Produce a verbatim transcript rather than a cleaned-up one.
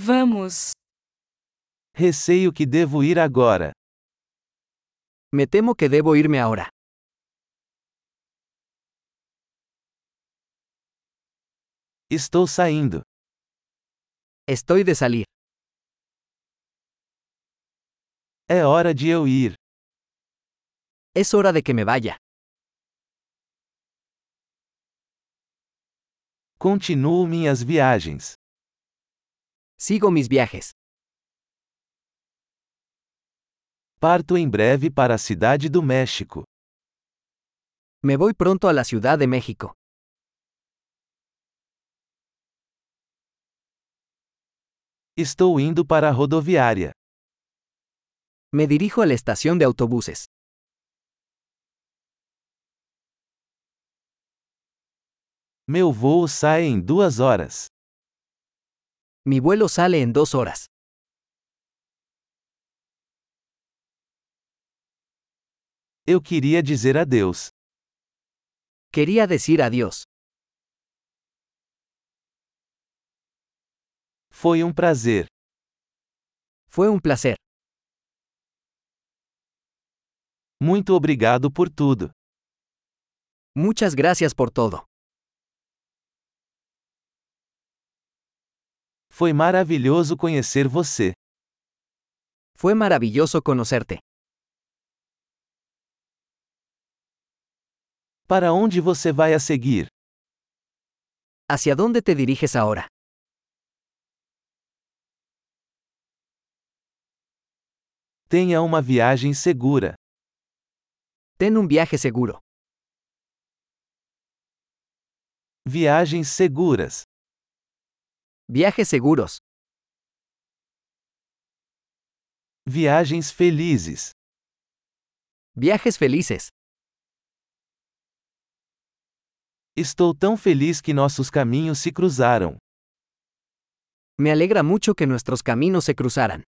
Vamos. Receio que devo ir agora. Me temo que debo irme ahora. Estou saindo. Estoy de salir. É hora de eu ir. Es hora de que me vaya. Continuo minhas viagens. Sigo mis viajes. Parto em breve para a cidade do México. Me voy pronto a la Ciudad de México. Estou indo para a rodoviária. Me dirijo a la estación de autobuses. Meu voo sai em duas horas. Mi vuelo sale en dos horas. Eu queria dizer adeus. Quería decir adiós. Foi um prazer. Fue un placer. Muito obrigado por tudo. Muchas gracias por todo. Foi maravilhoso conhecer você. Fue maravilloso conocerte. Para onde você vai a seguir? ¿Hacia dónde te diriges ahora? Tenha uma viagem segura. Ten un viaje seguro. Viagens seguras. Viajes seguros. Viagens felizes. Viajes felices. Estou tão feliz que nossos caminhos se cruzaram. Me alegra mucho que nuestros caminos se cruzaran.